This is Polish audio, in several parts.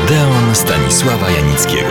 Odeon Stanisława Janickiego.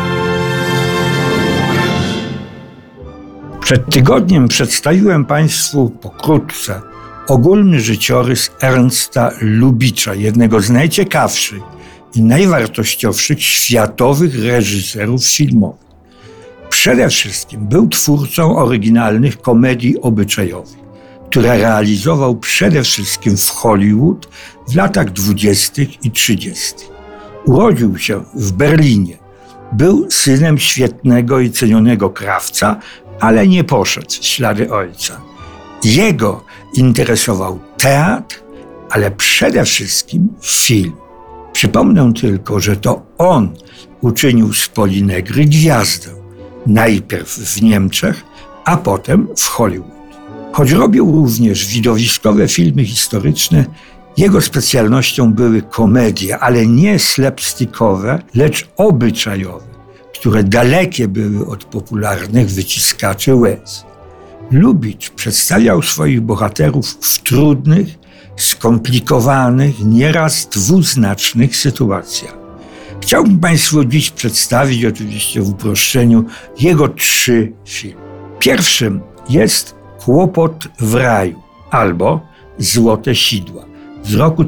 Przed tygodniem przedstawiłem Państwu pokrótce ogólny życiorys Ernsta Lubitza, jednego z najciekawszych i najwartościowszych światowych reżyserów filmowych. Przede wszystkim był twórcą oryginalnych komedii obyczajowych, które realizował przede wszystkim w Hollywood w latach 20. i 30. Urodził się w Berlinie. Był synem świetnego i cenionego krawca, ale nie poszedł w ślady ojca. Jego interesował teatr, ale przede wszystkim film. Przypomnę tylko, że to on uczynił z Poli Negri gwiazdę. Najpierw w Niemczech, a potem w Hollywood. Choć robił również widowiskowe filmy historyczne, jego specjalnością były komedie, ale nie slapstickowe, lecz obyczajowe, które dalekie były od popularnych wyciskaczy łez. Lubitz przedstawiał swoich bohaterów w trudnych, skomplikowanych, nieraz dwuznacznych sytuacjach. Chciałbym Państwu dziś przedstawić, oczywiście w uproszczeniu, jego 3 filmy. Pierwszym jest Kłopot w raju albo Złote sidła z roku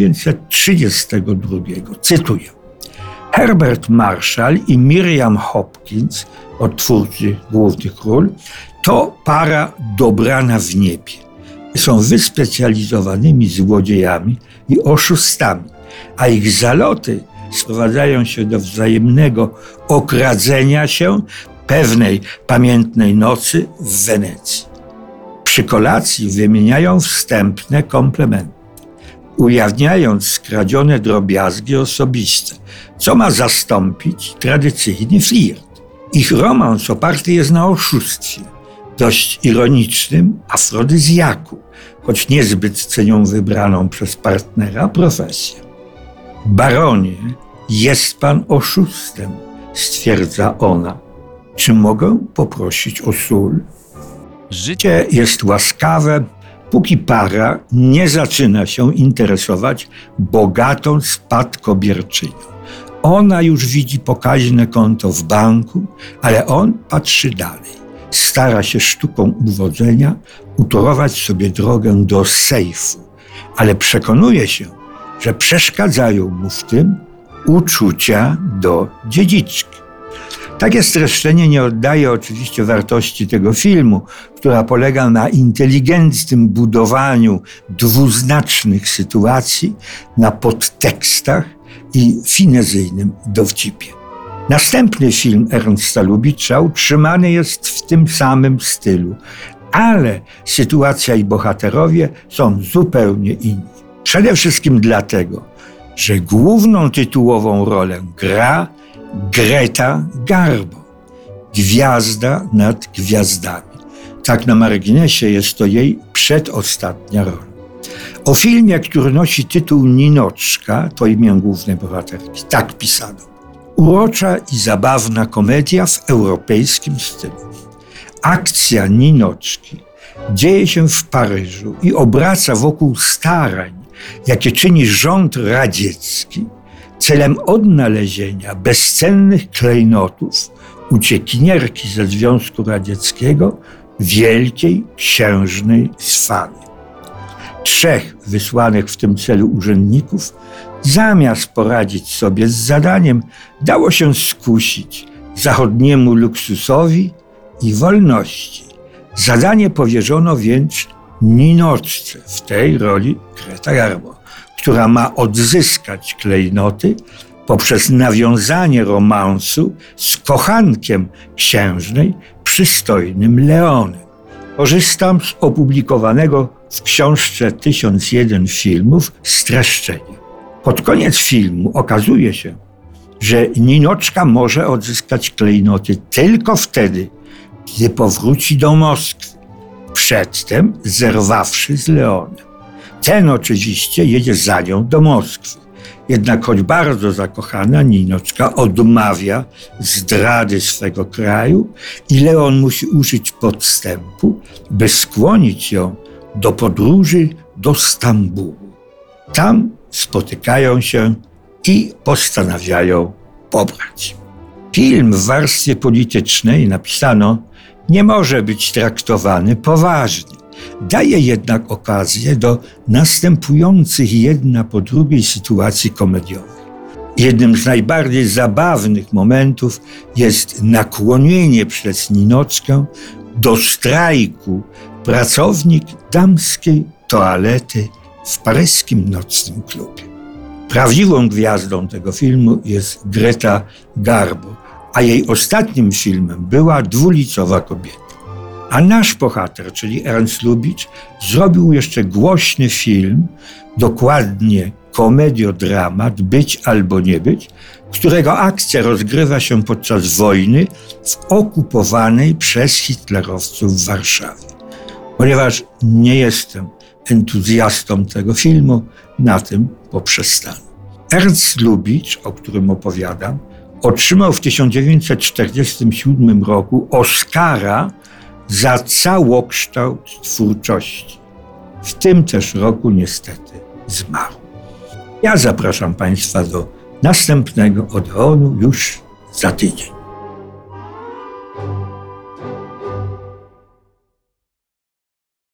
1932. Cytuję. Herbert Marshall i Miriam Hopkins, odtwórcy Głównych ról, to para dobrana w niebie. Są wyspecjalizowanymi złodziejami i oszustami, a ich zaloty sprowadzają się do wzajemnego okradzenia się pewnej pamiętnej nocy w Wenecji. Przy kolacji wymieniają wstępne komplementy, ujawniając skradzione drobiazgi osobiste, co ma zastąpić tradycyjny flirt. Ich romans oparty jest na oszustwie, dość ironicznym afrodyzjaku, choć niezbyt cenią wybraną przez partnera profesję. Baronie, jest pan oszustem, stwierdza ona. Czy mogę poprosić o sól? Życie jest łaskawe, póki para nie zaczyna się interesować bogatą spadkobierczynią. Ona już widzi pokaźne konto w banku, ale on patrzy dalej. Stara się sztuką uwodzenia utorować sobie drogę do sejfu, ale przekonuje się, że przeszkadzają mu w tym uczucia do dziedziczki. Takie streszczenie nie oddaje oczywiście wartości tego filmu, która polega na inteligentnym budowaniu dwuznacznych sytuacji, na podtekstach i finezyjnym dowcipie. Następny film Ernsta Lubitza utrzymany jest w tym samym stylu, ale sytuacja i bohaterowie są zupełnie inni. Przede wszystkim dlatego, że główną tytułową rolę gra Greta Garbo, gwiazda nad gwiazdami. Tak na marginesie jest to jej przedostatnia rola. O filmie, który nosi tytuł Ninoczka, to imię głównej bohaterki, tak pisano. Urocza i zabawna komedia w europejskim stylu. Akcja Ninoczki dzieje się w Paryżu i obraca wokół starań, jakie czyni rząd radziecki celem odnalezienia bezcennych klejnotów uciekinierki ze Związku Radzieckiego, wielkiej księżnej Swanie. 3 wysłanych w tym celu urzędników, zamiast poradzić sobie z zadaniem, dało się skusić zachodniemu luksusowi i wolności. Zadanie powierzono więc Ninoczce, w tej roli Greta Garbo, która ma odzyskać klejnoty poprzez nawiązanie romansu z kochankiem księżnej, przystojnym Leonem. Korzystam z opublikowanego w książce 1001 filmów streszczenia. Pod koniec filmu okazuje się, że Ninoczka może odzyskać klejnoty tylko wtedy, gdy powróci do Moskwy, przedtem zerwawszy z Leonem. Ten oczywiście jedzie za nią do Moskwy. Jednak choć bardzo zakochana, Ninoczka odmawia zdrady swego kraju i Leon musi użyć podstępu, by skłonić ją do podróży do Stambułu. Tam spotykają się i postanawiają pobrać. Film w warstwie politycznej, napisano, nie może być traktowany poważnie. Daje jednak okazję do następujących jedna po drugiej sytuacji komediowych. Jednym z najbardziej zabawnych momentów jest nakłonienie przez Ninockę do strajku pracownik damskiej toalety w paryskim nocnym klubie. Prawdziwą gwiazdą tego filmu jest Greta Garbo, a jej ostatnim filmem była Dwulicowa kobieta. A nasz bohater, czyli Ernst Lubitsch, zrobił jeszcze głośny film, dokładnie komediodramat Być albo nie być, którego akcja rozgrywa się podczas wojny w okupowanej przez hitlerowców Warszawie. Ponieważ nie jestem entuzjastą tego filmu, na tym poprzestanę. Ernst Lubitsch, o którym opowiadam, otrzymał w 1947 roku Oscara za całokształt twórczości. W tym też roku niestety zmarł. Ja zapraszam Państwa do następnego Odeonu już za tydzień.